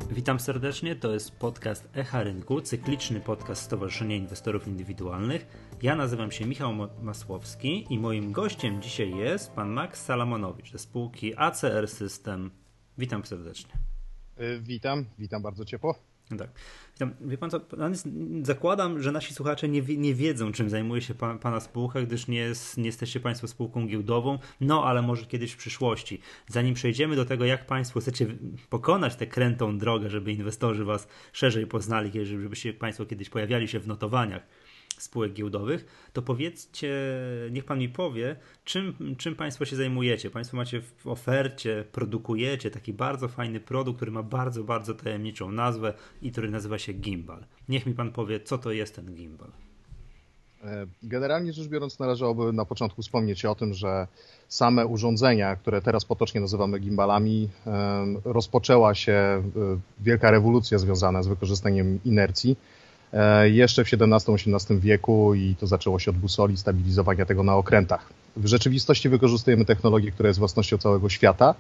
Witam serdecznie, to jest podcast Echa Rynku, cykliczny podcast Stowarzyszenia Inwestorów Indywidualnych. Ja nazywam się Michał Masłowski i moim gościem dzisiaj jest pan Max Salamonowicz ze spółki ACR System. Witam serdecznie. Witam bardzo ciepło. Tak. Wie pan co, zakładam, że nasi słuchacze nie wiedzą, czym zajmuje się pana spółka, gdyż nie jesteście państwo spółką giełdową, no ale może kiedyś w przyszłości. Zanim przejdziemy do tego, jak państwo chcecie pokonać tę krętą drogę, żeby inwestorzy was szerzej poznali, żebyście państwo kiedyś pojawiali się w notowaniach spółek giełdowych, to powiedzcie, niech pan mi powie, czym państwo się zajmujecie. Państwo macie w ofercie, produkujecie taki bardzo fajny produkt, który ma bardzo, bardzo tajemniczą nazwę i który nazywa się gimbal. Niech mi pan powie, co to jest ten gimbal. Generalnie rzecz biorąc, należałoby na początku wspomnieć o tym, że same urządzenia, które teraz potocznie nazywamy gimbalami, rozpoczęła się wielka rewolucja związana z wykorzystaniem inercji jeszcze w XVII-XVIII wieku i to zaczęło się od busoli, stabilizowania tego na okrętach. W rzeczywistości wykorzystujemy technologię, która jest własnością całego świata,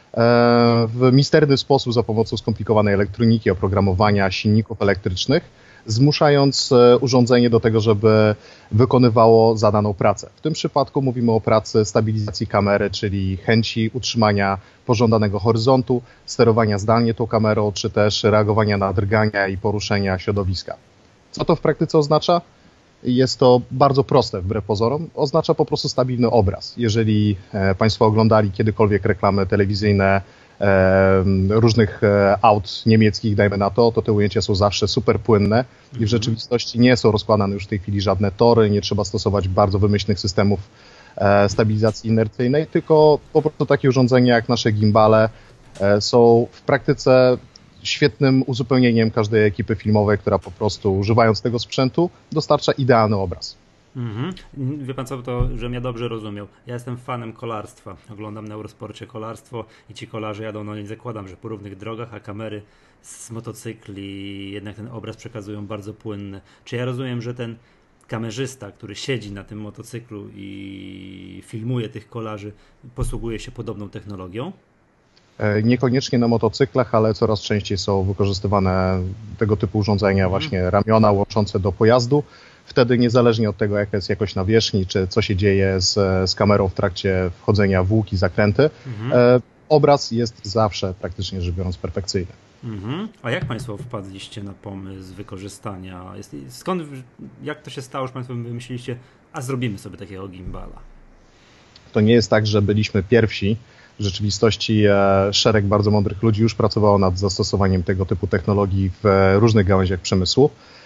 w misterny sposób za pomocą skomplikowanej elektroniki, oprogramowania, silników elektrycznych, zmuszając urządzenie do tego, żeby wykonywało zadaną pracę. W tym przypadku mówimy o pracy stabilizacji kamery, czyli chęci utrzymania pożądanego horyzontu, sterowania zdalnie tą kamerą, czy też reagowania na drgania i poruszenia środowiska. Co to w praktyce oznacza? Jest to bardzo proste wbrew pozorom. Oznacza po prostu stabilny obraz. Jeżeli państwo oglądali kiedykolwiek reklamy telewizyjne różnych aut niemieckich, dajmy na to te ujęcia są zawsze super płynne i w rzeczywistości nie są rozkładane już w tej chwili żadne tory, nie trzeba stosować bardzo wymyślnych systemów stabilizacji inercyjnej, tylko po prostu takie urządzenia jak nasze gimbale są w praktyce świetnym uzupełnieniem każdej ekipy filmowej, która po prostu używając tego sprzętu dostarcza idealny obraz. Wie pan co, to żebym ja dobrze rozumiał. Ja jestem fanem kolarstwa. Oglądam na Eurosporcie kolarstwo i ci kolarze jadą, no nie zakładam, że po równych drogach, a kamery z motocykli jednak ten obraz przekazują bardzo płynny. Czy ja rozumiem, że ten kamerzysta, który siedzi na tym motocyklu i filmuje tych kolarzy, posługuje się podobną technologią? Niekoniecznie na motocyklach, ale coraz częściej są wykorzystywane tego typu urządzenia, właśnie ramiona łączące do pojazdu. Wtedy niezależnie od tego, jaka jest jakość nawierzchni, czy co się dzieje z kamerą w trakcie wchodzenia w łuki, zakręty, obraz jest zawsze praktycznie rzecz biorąc perfekcyjny. A jak państwo wpadliście na pomysł wykorzystania? Jak to się stało, że państwo wymyśliliście, a zrobimy sobie takiego gimbala? To nie jest tak, że byliśmy pierwsi. W rzeczywistości szereg bardzo mądrych ludzi już pracowało nad zastosowaniem tego typu technologii w różnych gałęziach przemysłu.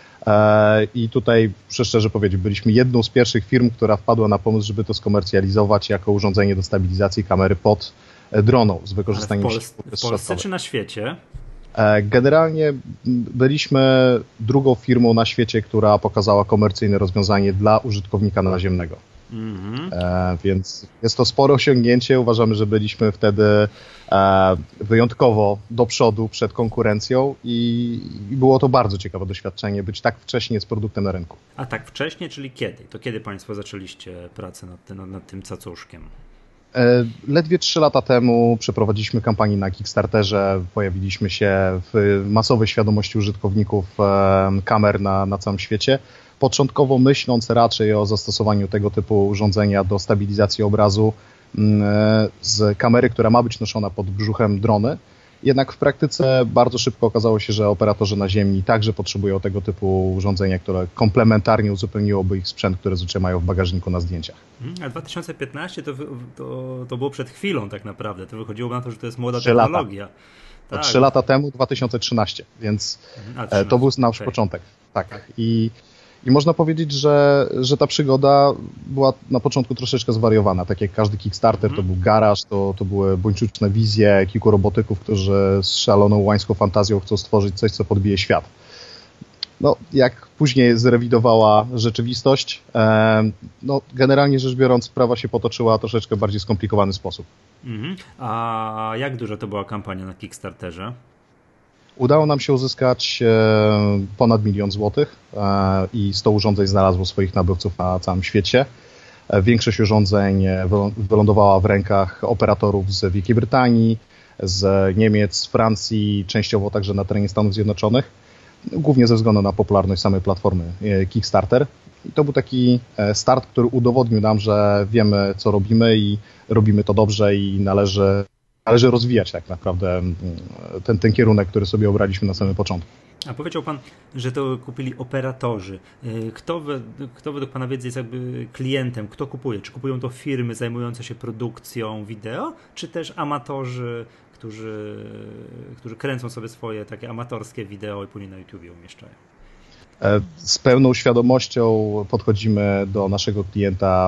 I tutaj, szczerze powiedzieć, byliśmy jedną z pierwszych firm, która wpadła na pomysł, żeby to skomercjalizować jako urządzenie do stabilizacji kamery pod droną z wykorzystaniem w Polsce czy na świecie? Generalnie byliśmy drugą firmą na świecie, która pokazała komercyjne rozwiązanie dla użytkownika naziemnego. Więc jest to spore osiągnięcie. Uważamy, że byliśmy wtedy wyjątkowo do przodu przed konkurencją i było to bardzo ciekawe doświadczenie, być tak wcześnie z produktem na rynku. A tak wcześnie, czyli kiedy? To kiedy państwo zaczęliście pracę nad tym cacuszkiem? Ledwie 3 lata temu przeprowadziliśmy kampanię na Kickstarterze, pojawiliśmy się w masowej świadomości użytkowników kamer na całym świecie. Początkowo myśląc raczej o zastosowaniu tego typu urządzenia do stabilizacji obrazu z kamery, która ma być noszona pod brzuchem drony. Jednak w praktyce bardzo szybko okazało się, że operatorzy naziemni także potrzebują tego typu urządzenia, które komplementarnie uzupełniłoby ich sprzęt, który zazwyczaj mają w bagażniku na zdjęciach. A 2015 to było przed chwilą tak naprawdę. To wychodziło na to, że to jest młoda technologia. Tak. 3 lata temu, 2013, więc 13, to był nasz początek. Tak. I można powiedzieć, że ta przygoda była na początku troszeczkę zwariowana. Tak jak każdy Kickstarter, to był garaż, to były buńczuczne wizje kilku robotyków, którzy z szaloną łańską fantazją chcą stworzyć coś, co podbije świat. No, jak później zrewidowała rzeczywistość, generalnie rzecz biorąc, sprawa się potoczyła w troszeczkę bardziej skomplikowany sposób. A jak duża to była kampania na Kickstarterze? Udało nam się uzyskać ponad 1 000 000 złotych i 100 urządzeń znalazło swoich nabywców na całym świecie. Większość urządzeń wylądowała w rękach operatorów z Wielkiej Brytanii, z Niemiec, z Francji, częściowo także na terenie Stanów Zjednoczonych, głównie ze względu na popularność samej platformy Kickstarter. I to był taki start, który udowodnił nam, że wiemy, co robimy i robimy to dobrze i należy rozwijać tak naprawdę ten kierunek, który sobie obraliśmy na samym początku. A powiedział pan, że to kupili operatorzy. Kto według pana wiedzy jest jakby klientem? Kto kupuje? Czy kupują to firmy zajmujące się produkcją wideo, czy też amatorzy, którzy kręcą sobie swoje takie amatorskie wideo i później na YouTubie umieszczają? Z pełną świadomością podchodzimy do naszego klienta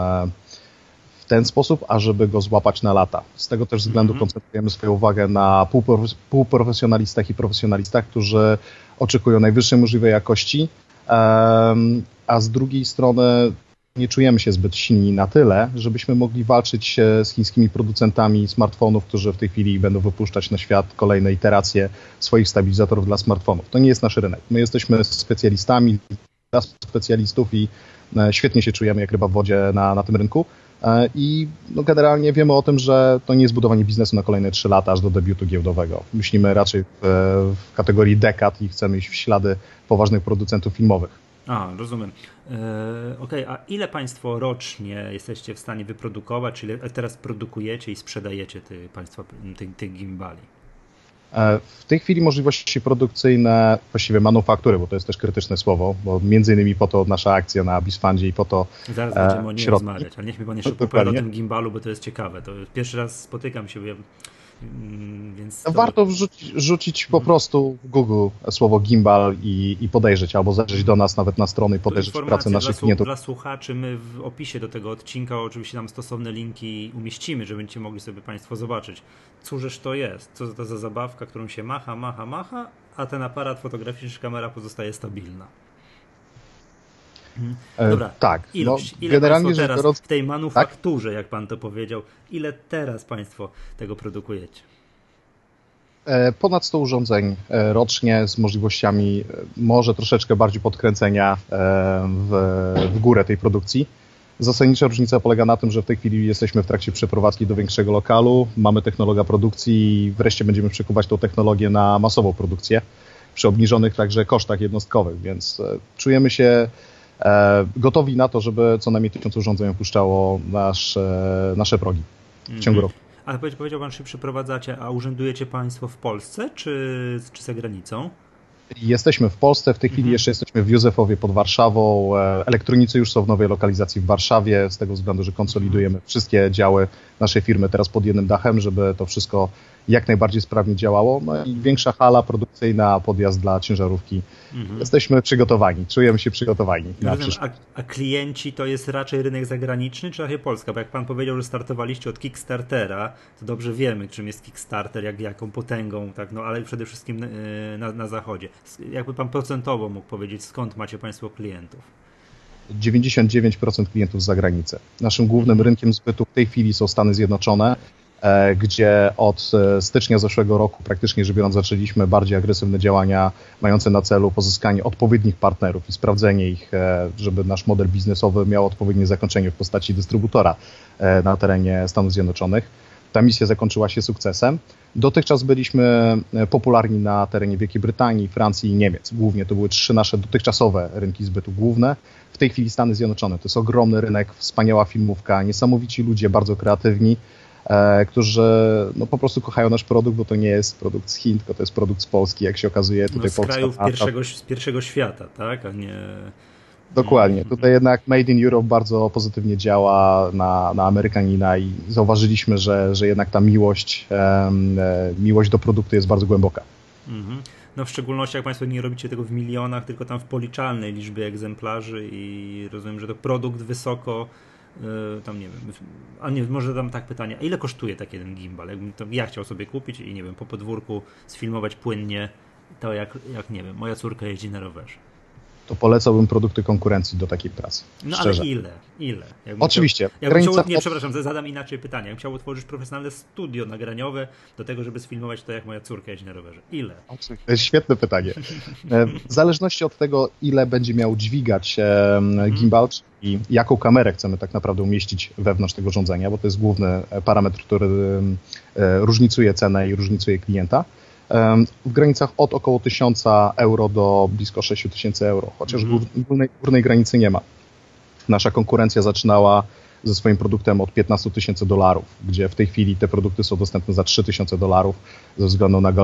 w ten sposób, ażeby go złapać na lata. Z tego też względu koncentrujemy swoją uwagę na półprofesjonalistach i profesjonalistach, którzy oczekują najwyższej możliwej jakości, a z drugiej strony nie czujemy się zbyt silni na tyle, żebyśmy mogli walczyć z chińskimi producentami smartfonów, którzy w tej chwili będą wypuszczać na świat kolejne iteracje swoich stabilizatorów dla smartfonów. To nie jest nasz rynek. My jesteśmy specjalistami dla specjalistów i świetnie się czujemy jak ryba w wodzie na tym rynku. I generalnie wiemy o tym, że to nie jest budowanie biznesu na kolejne 3 lata aż do debiutu giełdowego. Myślimy raczej w kategorii dekad i chcemy iść w ślady poważnych producentów filmowych. Rozumiem. Okej, a ile państwo rocznie jesteście w stanie wyprodukować, czy ile teraz produkujecie i sprzedajecie tych gimbali? W tej chwili możliwości produkcyjne, właściwie manufaktury, bo to jest też krytyczne słowo, bo między innymi po to nasza akcja na BizFundzie i po to zaraz będziemy o niej rozmawiać, ale niech mi pan jeszcze opowiada o tym gimbalu, bo to jest ciekawe. To pierwszy raz spotykam się, więc warto rzucić po prostu w Google słowo gimbal i podejrzeć, albo zajrzeć do nas nawet na stronę i podejrzeć pracę naszych klientów. Dla słuchaczy my w opisie do tego odcinka oczywiście tam stosowne linki umieścimy, żeby będziecie mogli sobie państwo zobaczyć, cóżeż to jest, co to za zabawka, którą się macha, a ten aparat fotograficzny, kamera pozostaje stabilna. Dobra, tak. Ile generalnie teraz w tej manufakturze, tak? Jak pan to powiedział, ile teraz państwo tego produkujecie? Ponad 100 urządzeń rocznie z możliwościami może troszeczkę bardziej podkręcenia w górę tej produkcji. Zasadnicza różnica polega na tym, że w tej chwili jesteśmy w trakcie przeprowadzki do większego lokalu, mamy technologa produkcji i wreszcie będziemy przekuwać tą technologię na masową produkcję przy obniżonych także kosztach jednostkowych, więc czujemy się gotowi na to, żeby co najmniej 1000 urządzeń opuszczało nasze progi w ciągu roku. Ale powiedział pan, że się przeprowadzacie, a urzędujecie państwo w Polsce czy za granicą? Jesteśmy w Polsce, w tej chwili jeszcze jesteśmy w Józefowie pod Warszawą. Elektronicy już są w nowej lokalizacji w Warszawie, z tego względu, że konsolidujemy wszystkie działy naszej firmy teraz pod jednym dachem, żeby to wszystko jak najbardziej sprawnie działało. No i większa hala produkcyjna, podjazd dla ciężarówki. Jesteśmy przygotowani, czujemy się przygotowani. A klienci to jest raczej rynek zagraniczny, czy raczej Polska? Bo jak pan powiedział, że startowaliście od Kickstartera, to dobrze wiemy, czym jest Kickstarter, jaką potęgą, tak, no ale przede wszystkim na zachodzie. Jakby pan procentowo mógł powiedzieć, skąd macie państwo klientów? 99% klientów z zagranicy. Naszym głównym rynkiem zbytu w tej chwili są Stany Zjednoczone, gdzie od stycznia zeszłego roku praktycznie rzecz biorąc zaczęliśmy bardziej agresywne działania mające na celu pozyskanie odpowiednich partnerów i sprawdzenie ich, żeby nasz model biznesowy miał odpowiednie zakończenie w postaci dystrybutora na terenie Stanów Zjednoczonych. Ta misja zakończyła się sukcesem. Dotychczas byliśmy popularni na terenie Wielkiej Brytanii, Francji i Niemiec. Głównie to były 3 nasze dotychczasowe rynki zbytu główne. W tej chwili Stany Zjednoczone to jest ogromny rynek, wspaniała filmówka, niesamowici ludzie, bardzo kreatywni, którzy po prostu kochają nasz produkt, bo to nie jest produkt z Chin, tylko to jest produkt z Polski, jak się okazuje. Tutaj z krajów pierwszego świata, tak? A nie... Dokładnie. Tutaj jednak Made in Europe bardzo pozytywnie działa na Amerykanina i zauważyliśmy, że jednak ta miłość do produktu jest bardzo głęboka. No w szczególności jak państwo nie robicie tego w milionach, tylko tam w policzalnej liczbie egzemplarzy i rozumiem, że to produkt wysoko tam nie wiem, a nie, może tam tak pytanie, a ile kosztuje taki jeden gimbal? Jakbym to ja chciał sobie kupić i nie wiem, po podwórku sfilmować płynnie to jak nie wiem, moja córka jeździ na rowerze. to polecałbym produkty konkurencji do takiej pracy. No szczerze. ale ile? Oczywiście. Przepraszam, zadam inaczej pytanie. Jakbym chciał utworzyć profesjonalne studio nagraniowe do tego, żeby sfilmować to, jak moja córka jeździ na rowerze. Ile? To jest świetne pytanie. W zależności od tego, ile będzie miał dźwigać gimbal i jaką kamerę chcemy tak naprawdę umieścić wewnątrz tego urządzenia, bo to jest główny parametr, który różnicuje cenę i różnicuje klienta. W granicach od około 1000 euro do blisko 6000 euro, chociaż górnej granicy nie ma. Nasza konkurencja zaczynała ze swoim produktem od $15,000, gdzie w tej chwili te produkty są dostępne za $3000 ze względu na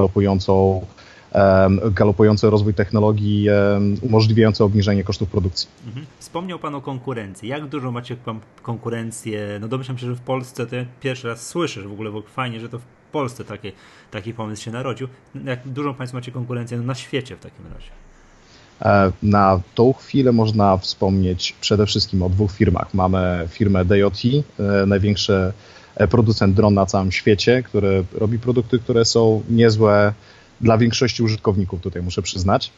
galopujący rozwój technologii umożliwiający obniżenie kosztów produkcji. Wspomniał Pan o konkurencji. Jak dużo macie konkurencję? No domyślam się, że w Polsce to ja pierwszy raz słyszę, że w ogóle fajnie, że to w Polsce taki pomysł się narodził. Jak dużą Państwo macie konkurencję na świecie w takim razie? Na tą chwilę można wspomnieć przede wszystkim o 2 firmach. Mamy firmę DJI, największy producent dron na całym świecie, który robi produkty, które są niezłe dla większości użytkowników, tutaj muszę przyznać.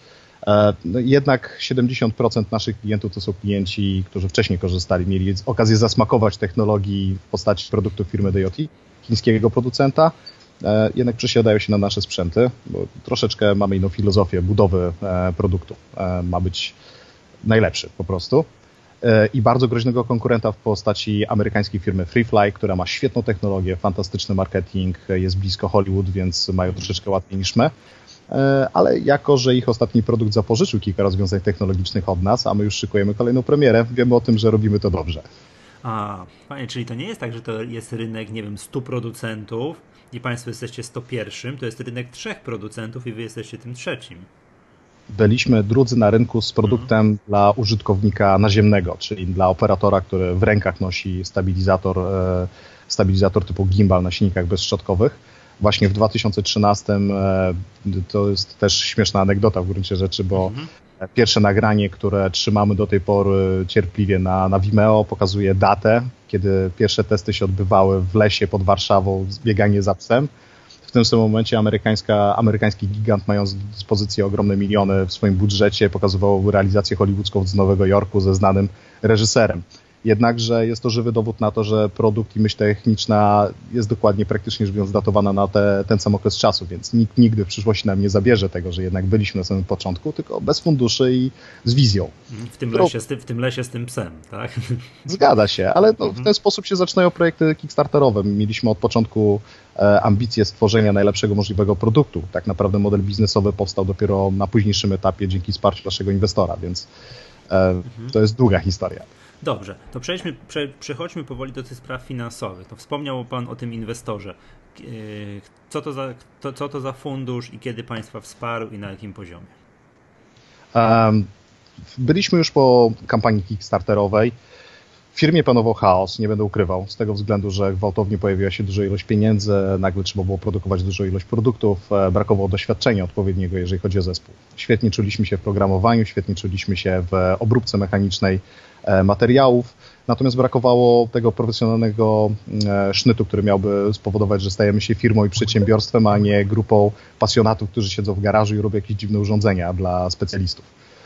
Jednak 70% naszych klientów to są klienci, którzy wcześniej korzystali, mieli okazję zasmakować technologii w postaci produktów firmy DJI, chińskiego producenta, jednak przesiadają się na nasze sprzęty, bo troszeczkę mamy inną filozofię budowy produktu. Ma być najlepszy po prostu. I bardzo groźnego konkurenta w postaci amerykańskiej firmy Freefly, która ma świetną technologię, fantastyczny marketing, jest blisko Hollywood, więc mają troszeczkę łatwiej niż my. Ale jako, że ich ostatni produkt zapożyczył kilka rozwiązań technologicznych od nas, a my już szykujemy kolejną premierę, wiemy o tym, że robimy to dobrze. Fajnie, czyli to nie jest tak, że to jest rynek, nie wiem, 100 producentów i Państwo jesteście 101, to jest rynek 3 producentów i Wy jesteście tym trzecim. Byliśmy drudzy na rynku z produktem dla użytkownika naziemnego, czyli dla operatora, który w rękach nosi stabilizator typu gimbal na silnikach bezszczotkowych. Właśnie w 2013, to jest też śmieszna anegdota w gruncie rzeczy, bo pierwsze nagranie, które trzymamy do tej pory cierpliwie na Vimeo, pokazuje datę, kiedy pierwsze testy się odbywały w lesie pod Warszawą, bieganie za psem. W tym samym momencie amerykański gigant, mając do dyspozycji ogromne miliony w swoim budżecie, pokazywał realizację hollywoodzką z Nowego Jorku ze znanym reżyserem. Jednakże jest to żywy dowód na to, że produkt i myśl techniczna jest dokładnie, praktycznie rzecz biorąc, datowana na ten sam okres czasu, więc nikt nigdy w przyszłości nam nie zabierze tego, że jednak byliśmy na samym początku, tylko bez funduszy i z wizją. W tym lesie z tym psem, tak? Zgadza się, ale w ten sposób się zaczynają projekty kickstarterowe. Mieliśmy od początku ambicje stworzenia najlepszego możliwego produktu. Tak naprawdę model biznesowy powstał dopiero na późniejszym etapie dzięki wsparciu naszego inwestora, więc to jest długa historia. Dobrze, to przechodźmy powoli do tych spraw finansowych. To wspomniał Pan o tym inwestorze. Co to za fundusz i kiedy Państwa wsparł i na jakim poziomie? Byliśmy już po kampanii kickstarterowej. W firmie panował chaos, nie będę ukrywał, z tego względu, że gwałtownie pojawiła się duża ilość pieniędzy, nagle trzeba było produkować dużą ilość produktów, brakowało doświadczenia odpowiedniego, jeżeli chodzi o zespół. Świetnie czuliśmy się w programowaniu, świetnie czuliśmy się w obróbce mechanicznej materiałów, natomiast brakowało tego profesjonalnego sznytu, który miałby spowodować, że stajemy się firmą i przedsiębiorstwem, a nie grupą pasjonatów, którzy siedzą w garażu i robią jakieś dziwne urządzenia dla specjalistów.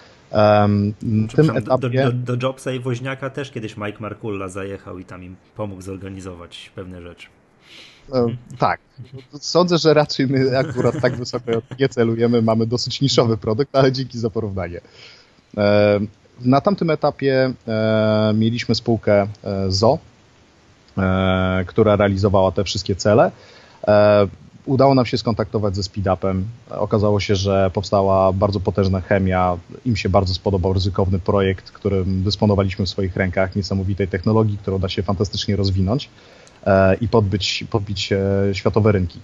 Do Jobsa i Woźniaka też kiedyś Mike Markulla zajechał i tam im pomógł zorganizować pewne rzeczy. Tak. Sądzę, że raczej my akurat tak wysoko nie celujemy. Mamy dosyć niszowy produkt, ale dzięki za porównanie. Na tamtym etapie mieliśmy spółkę ZO, która realizowała te wszystkie cele. Udało nam się skontaktować ze Speedupem. Okazało się, że powstała bardzo potężna chemia. Im się bardzo spodobał ryzykowny projekt, którym dysponowaliśmy w swoich rękach, niesamowitej technologii, którą da się fantastycznie rozwinąć i podbić światowe rynki.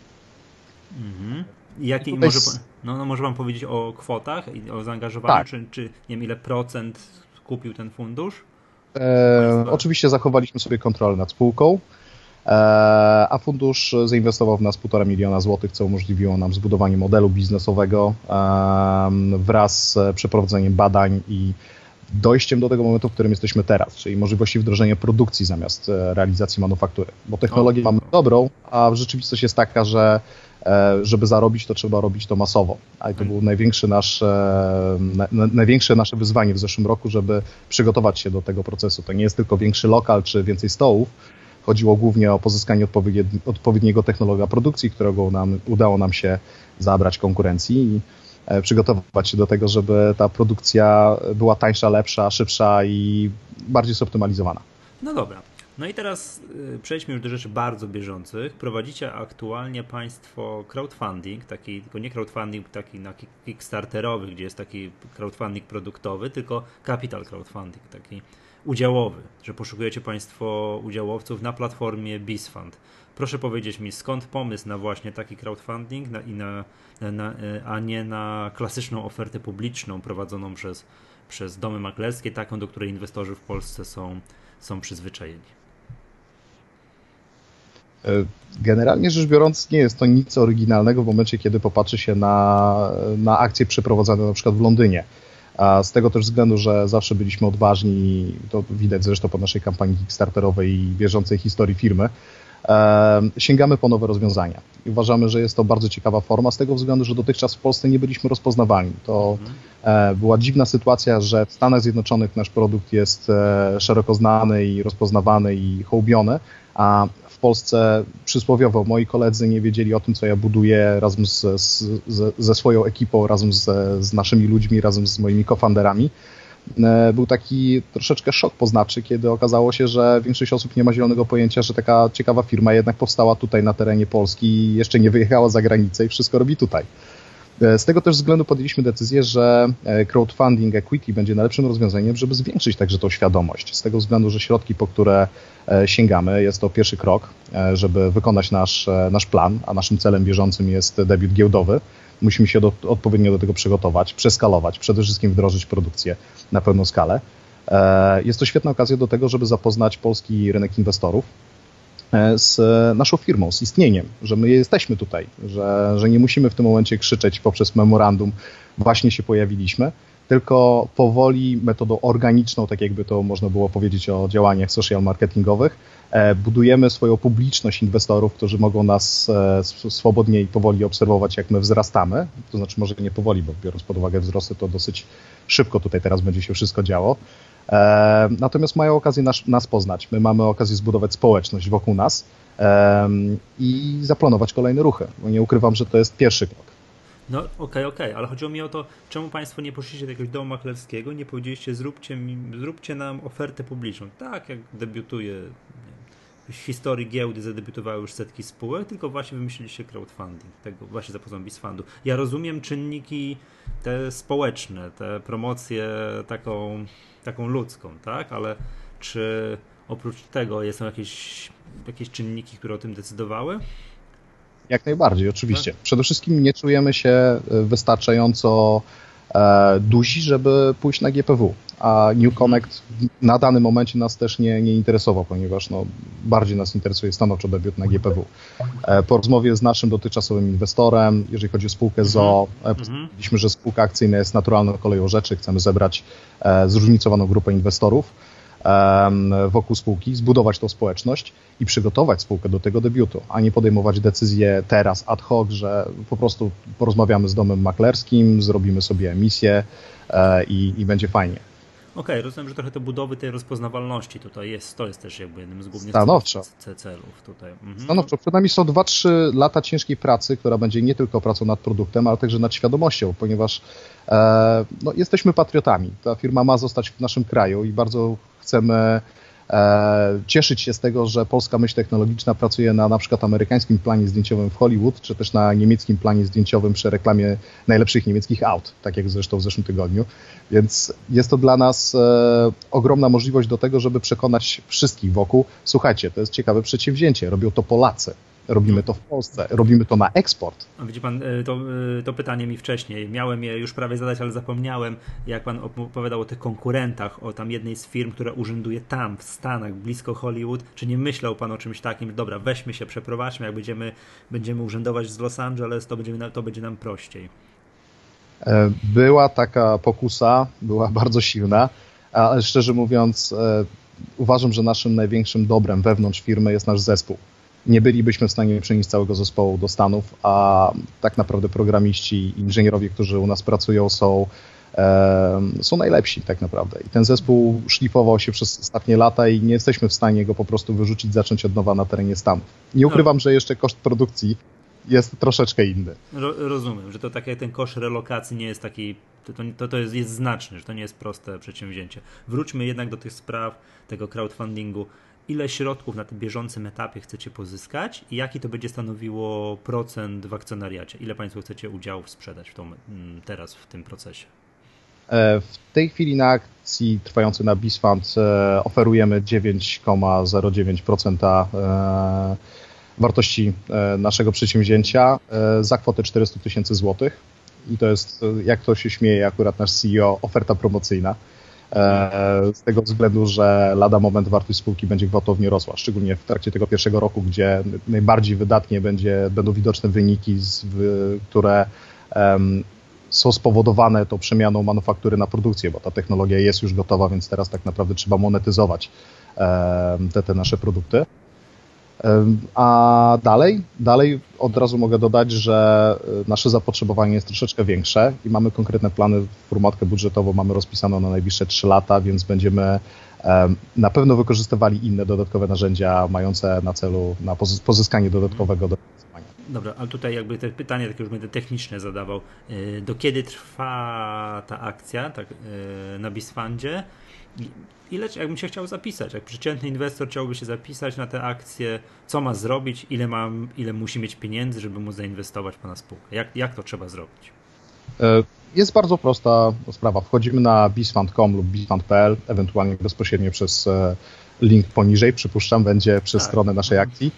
Może Pan powiedzieć o kwotach i o zaangażowaniu, tak. czy nie wiem, ile procent kupił ten fundusz? Oczywiście zachowaliśmy sobie kontrolę nad spółką, a fundusz zainwestował w nas 1,5 miliona złotych, co umożliwiło nam zbudowanie modelu biznesowego wraz z przeprowadzeniem badań i dojściem do tego momentu, w którym jesteśmy teraz, czyli możliwości wdrożenia produkcji zamiast realizacji manufaktury. Bo technologię mamy dobrą, a rzeczywistość jest taka, że żeby zarobić, to trzeba robić to masowo. A to było największe nasze wyzwanie w zeszłym roku, żeby przygotować się do tego procesu. To nie jest tylko większy lokal czy więcej stołów. Chodziło głównie o pozyskanie odpowiedniego technologa produkcji, którego udało nam się zabrać konkurencji i przygotować się do tego, żeby ta produkcja była tańsza, lepsza, szybsza i bardziej zoptymalizowana. No dobra. No i teraz przejdźmy już do rzeczy bardzo bieżących. Prowadzicie aktualnie Państwo crowdfunding, tylko nie crowdfunding taki na kickstarterowy, gdzie jest taki crowdfunding produktowy, tylko capital crowdfunding, taki udziałowy, że poszukujecie Państwo udziałowców na platformie BizFund. Proszę powiedzieć mi, skąd pomysł na właśnie taki crowdfunding, a nie na klasyczną ofertę publiczną prowadzoną przez domy maklerskie, taką, do której inwestorzy w Polsce są przyzwyczajeni? Generalnie rzecz biorąc, nie jest to nic oryginalnego w momencie, kiedy popatrzy się na akcje przeprowadzane na przykład w Londynie. A z tego też względu, że zawsze byliśmy odważni, to widać zresztą po naszej kampanii kickstarterowej i bieżącej historii firmy, sięgamy po nowe rozwiązania. I uważamy, że jest to bardzo ciekawa forma z tego względu, że dotychczas w Polsce nie byliśmy rozpoznawalni. To była dziwna sytuacja, że w Stanach Zjednoczonych nasz produkt jest szeroko znany i rozpoznawany i hołbiony, a w Polsce przysłowiowo moi koledzy nie wiedzieli o tym, co ja buduję razem ze swoją ekipą, razem z naszymi ludźmi, razem z moimi cofounderami. Był taki troszeczkę szok poznawczy, kiedy okazało się, że większość osób nie ma zielonego pojęcia, że taka ciekawa firma jednak powstała tutaj na terenie Polski i jeszcze nie wyjechała za granicę i wszystko robi tutaj. Z tego też względu podjęliśmy decyzję, że crowdfunding equity będzie najlepszym rozwiązaniem, żeby zwiększyć także tą świadomość. Z tego względu, że środki, po które sięgamy, jest to pierwszy krok, żeby wykonać nasz plan, a naszym celem bieżącym jest debiut giełdowy. Musimy się odpowiednio do tego przygotować, przeskalować, przede wszystkim wdrożyć produkcję na pełną skalę. Jest to świetna okazja do tego, żeby zapoznać polski rynek inwestorów z naszą firmą, z istnieniem, że my jesteśmy tutaj, że nie musimy w tym momencie krzyczeć poprzez memorandum, właśnie się pojawiliśmy, tylko powoli, metodą organiczną, tak jakby to można było powiedzieć o działaniach social marketingowych, budujemy swoją publiczność inwestorów, którzy mogą nas swobodnie i powoli obserwować, jak my wzrastamy. To znaczy może nie powoli, bo biorąc pod uwagę wzrosty, to dosyć szybko tutaj teraz będzie się wszystko działo. Natomiast mają okazję nas poznać. My mamy okazję zbudować społeczność wokół nas i zaplanować kolejne ruchy. Bo nie ukrywam, że to jest pierwszy krok. No okej, ale chodziło mi o to, czemu Państwo nie poszliście do jakiegoś domu maklerskiego, nie powiedzieliście, zróbcie nam ofertę publiczną. Tak jak debiutuje, w historii giełdy zadebiutowały już setki spółek, tylko właśnie wymyśliliście crowdfunding, tego właśnie za pomocą BizFundu. Ja rozumiem czynniki te społeczne, te promocje taką ludzką, tak? Ale czy oprócz tego są jakieś czynniki, które o tym decydowały? Jak najbardziej, oczywiście. Przede wszystkim nie czujemy się wystarczająco duzi, żeby pójść na GPW, a New Connect na danym momencie nas też nie interesował, ponieważ bardziej nas interesuje stanowczo debiut na GPW. Po rozmowie z naszym dotychczasowym inwestorem, jeżeli chodzi o spółkę ZOO, powiedzieliśmy, że spółka akcyjna jest naturalną koleją rzeczy, chcemy zebrać zróżnicowaną grupę inwestorów wokół spółki, zbudować tą społeczność i przygotować spółkę do tego debiutu, a nie podejmować decyzje teraz ad hoc, że po prostu porozmawiamy z domem maklerskim, zrobimy sobie emisję i będzie fajnie. Okej, rozumiem, że trochę to budowy tej rozpoznawalności tutaj jest, to jest też jakby jednym z głównych celów tutaj. Stanowczo, przed nami są 2-3 lata ciężkiej pracy, która będzie nie tylko pracą nad produktem, ale także nad świadomością, ponieważ jesteśmy patriotami. Ta firma ma zostać w naszym kraju i bardzo chcemy cieszyć się z tego, że polska myśl technologiczna pracuje na przykład amerykańskim planie zdjęciowym w Hollywood, czy też na niemieckim planie zdjęciowym przy reklamie najlepszych niemieckich aut, tak jak zresztą w zeszłym tygodniu. Więc jest to dla nas ogromna możliwość do tego, żeby przekonać wszystkich wokół, słuchajcie, to jest ciekawe przedsięwzięcie, robią to Polacy. Robimy to w Polsce, robimy to na eksport. Widzi pan, to pytanie mi wcześniej, miałem je już prawie zadać, ale zapomniałem, jak pan opowiadał o tych konkurentach, o tam jednej z firm, która urzęduje tam, w Stanach, blisko Hollywood. Czy nie myślał pan o czymś takim, dobra, weźmy się, przeprowadźmy, jak będziemy urzędować z Los Angeles, to będzie nam prościej? Była taka pokusa, była bardzo silna. Ale szczerze mówiąc, uważam, że naszym największym dobrem wewnątrz firmy jest nasz zespół. Nie bylibyśmy w stanie przenieść całego zespołu do Stanów, a tak naprawdę programiści i inżynierowie, którzy u nas pracują, są najlepsi tak naprawdę. I ten zespół szlifował się przez ostatnie lata i nie jesteśmy w stanie go po prostu wyrzucić, zacząć od nowa na terenie Stanów. Nie ukrywam, że jeszcze koszt produkcji jest troszeczkę inny. Rozumiem, że to tak jak ten koszt relokacji nie jest taki, to jest znaczny, że to nie jest proste przedsięwzięcie. Wróćmy jednak do tych spraw, tego crowdfundingu. Ile środków na tym bieżącym etapie chcecie pozyskać i jaki to będzie stanowiło procent w akcjonariacie? Ile Państwo chcecie udziałów sprzedać teraz w tym procesie? W tej chwili na akcji trwającej na BizFund oferujemy 9,09% wartości naszego przedsięwzięcia za kwotę 400 000 złotych. I to jest, jak to się śmieje akurat nasz CEO, oferta promocyjna. Z tego względu, że lada moment wartość spółki będzie gwałtownie rosła, szczególnie w trakcie tego pierwszego roku, gdzie najbardziej wydatnie będą widoczne wyniki, które są spowodowane tą przemianą manufaktury na produkcję, bo ta technologia jest już gotowa, więc teraz tak naprawdę trzeba monetyzować te nasze produkty. A dalej od razu mogę dodać, że nasze zapotrzebowanie jest troszeczkę większe i mamy konkretne plany, formatkę budżetową mamy rozpisaną na najbliższe 3 lata, więc będziemy na pewno wykorzystywali inne dodatkowe narzędzia mające na celu pozyskanie dodatkowego dofinansowania. Dobra, ale tutaj jakby te pytanie takie już będę techniczne zadawał. Do kiedy trwa ta akcja na BizFundzie? Jakbym się chciał zapisać? Jak przeciętny inwestor chciałby się zapisać na te akcje, co ma zrobić, ile musi mieć pieniędzy, żeby móc zainwestować w Pana spółkę? Jak to trzeba zrobić? Jest bardzo prosta sprawa. Wchodzimy na bizfund.com lub bizfund.pl, ewentualnie bezpośrednio przez link poniżej, przypuszczam, będzie przez stronę naszej akcji.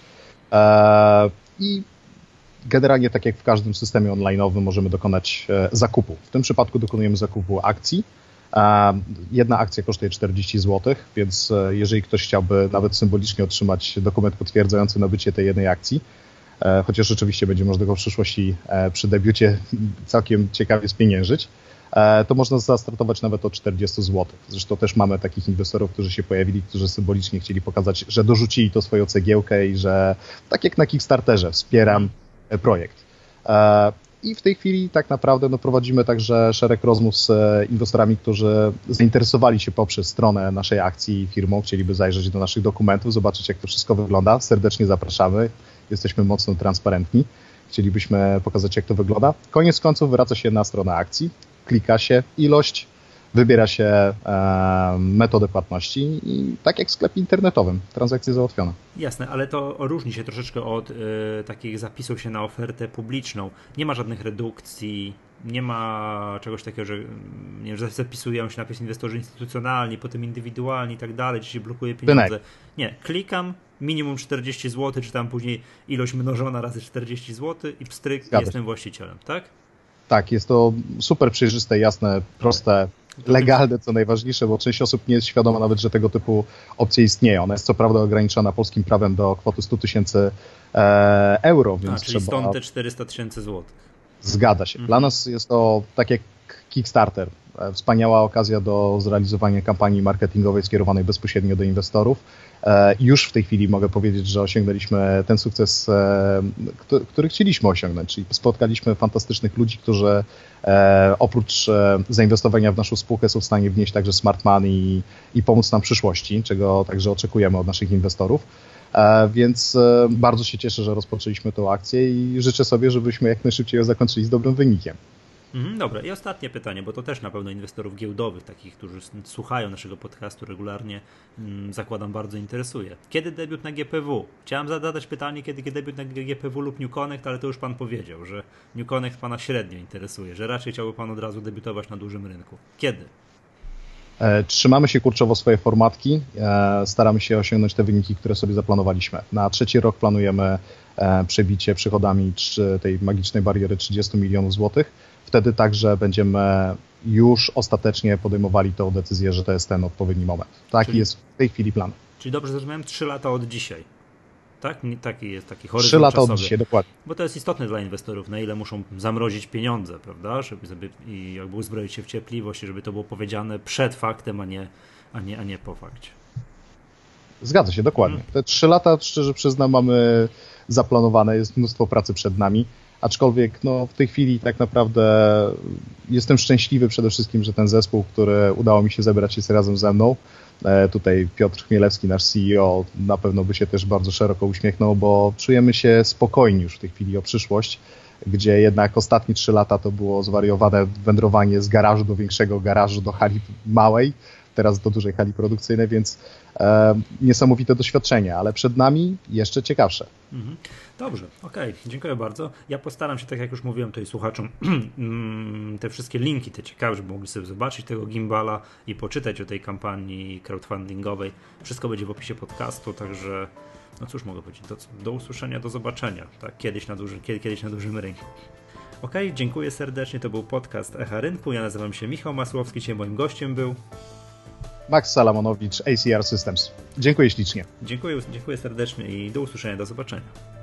I generalnie tak jak w każdym systemie online'owym możemy dokonać zakupu. W tym przypadku dokonujemy zakupu akcji. Jedna akcja kosztuje 40 zł, więc jeżeli ktoś chciałby nawet symbolicznie otrzymać dokument potwierdzający nabycie tej jednej akcji, chociaż oczywiście będzie można go w przyszłości przy debiucie całkiem ciekawie spieniężyć, to można zastartować nawet od 40 zł. Zresztą też mamy takich inwestorów, którzy się pojawili, którzy symbolicznie chcieli pokazać, że dorzucili to swoją cegiełkę i że tak jak na Kickstarterze wspieram projekt. I w tej chwili tak naprawdę prowadzimy także szereg rozmów z inwestorami, którzy zainteresowali się poprzez stronę naszej akcji firmą, chcieliby zajrzeć do naszych dokumentów, zobaczyć jak to wszystko wygląda. Serdecznie zapraszamy, jesteśmy mocno transparentni, chcielibyśmy pokazać jak to wygląda. Koniec końców wraca się na stronę akcji, klika się ilość, wybiera się metodę płatności i tak jak w sklepie internetowym, transakcja załatwiona. Jasne, ale to różni się troszeczkę od takich zapisów się na ofertę publiczną. Nie ma żadnych redukcji, nie ma czegoś takiego, że, nie wiem, że zapisują się najpierw inwestorzy instytucjonalni, potem indywidualni i tak dalej, czy się blokuje pieniądze. Nie, klikam, minimum 40 zł, czy tam później ilość mnożona razy 40 zł i pstryk, jestem właścicielem, tak? Tak, jest to super przejrzyste, jasne, proste, legalne, co najważniejsze, bo część osób nie jest świadoma nawet, że tego typu opcje istnieją. Ona jest co prawda ograniczona polskim prawem do kwoty 100 000 euro, więc czyli stąd te 400 000 złotych. Zgadza się. Dla nas jest to tak jak Kickstarter. Wspaniała okazja do zrealizowania kampanii marketingowej skierowanej bezpośrednio do inwestorów. Już w tej chwili mogę powiedzieć, że osiągnęliśmy ten sukces, który chcieliśmy osiągnąć, czyli spotkaliśmy fantastycznych ludzi, którzy oprócz zainwestowania w naszą spółkę są w stanie wnieść także smart money i pomóc nam w przyszłości, czego także oczekujemy od naszych inwestorów. Więc bardzo się cieszę, że rozpoczęliśmy tę akcję i życzę sobie, żebyśmy jak najszybciej ją zakończyli z dobrym wynikiem. Dobra, i ostatnie pytanie, bo to też na pewno inwestorów giełdowych, takich, którzy słuchają naszego podcastu regularnie, zakładam, bardzo interesuje. Kiedy debiut na GPW? Chciałem zadać pytanie, kiedy debiut na GPW lub New Connect, ale to już Pan powiedział, że New Connect Pana średnio interesuje, że raczej chciałby Pan od razu debiutować na dużym rynku. Kiedy? Trzymamy się kurczowo swoje formatki, staramy się osiągnąć te wyniki, które sobie zaplanowaliśmy. Na trzeci rok planujemy przebicie przychodami tej magicznej bariery 30 milionów złotych. Wtedy także będziemy już ostatecznie podejmowali tę decyzję, że to jest ten odpowiedni moment. Taki jest w tej chwili plan. Czyli dobrze zrozumiałem, 3 lata od dzisiaj. tak? Taki jest taki horyzont 3 lata czasowy. od dzisiaj, dokładnie. Bo to jest istotne dla inwestorów, na ile muszą zamrozić pieniądze, prawda? Żeby i jakby uzbroić się w cierpliwość, żeby to było powiedziane przed faktem, a nie po fakcie. Zgadza się, dokładnie. Te 3 lata, szczerze przyznam, mamy zaplanowane, jest mnóstwo pracy przed nami, aczkolwiek no, w tej chwili tak naprawdę jestem szczęśliwy przede wszystkim, że ten zespół, który udało mi się zebrać, jest razem ze mną. Tutaj Piotr Chmielewski, nasz CEO, na pewno by się też bardzo szeroko uśmiechnął, bo czujemy się spokojni już w tej chwili o przyszłość, gdzie jednak ostatnie 3 lata to było zwariowane wędrowanie z garażu do większego garażu, do hali małej, teraz do dużej hali produkcyjnej, więc niesamowite doświadczenie, ale przed nami jeszcze ciekawsze. Dobrze, okej, dziękuję bardzo. Ja postaram się, tak jak już mówiłem tutaj słuchaczom, te wszystkie linki, te ciekawe, żeby mogli sobie zobaczyć tego gimbala i poczytać o tej kampanii crowdfundingowej. Wszystko będzie w opisie podcastu, także no cóż mogę powiedzieć, do usłyszenia, do zobaczenia, tak, kiedyś na dużym rynku. Okej, dziękuję serdecznie, to był podcast Echa Rynku, ja nazywam się Michał Masłowski, dzisiaj moim gościem był Max Salamonowicz, ACR Systems. Dziękuję ślicznie. Dziękuję serdecznie i do usłyszenia, do zobaczenia.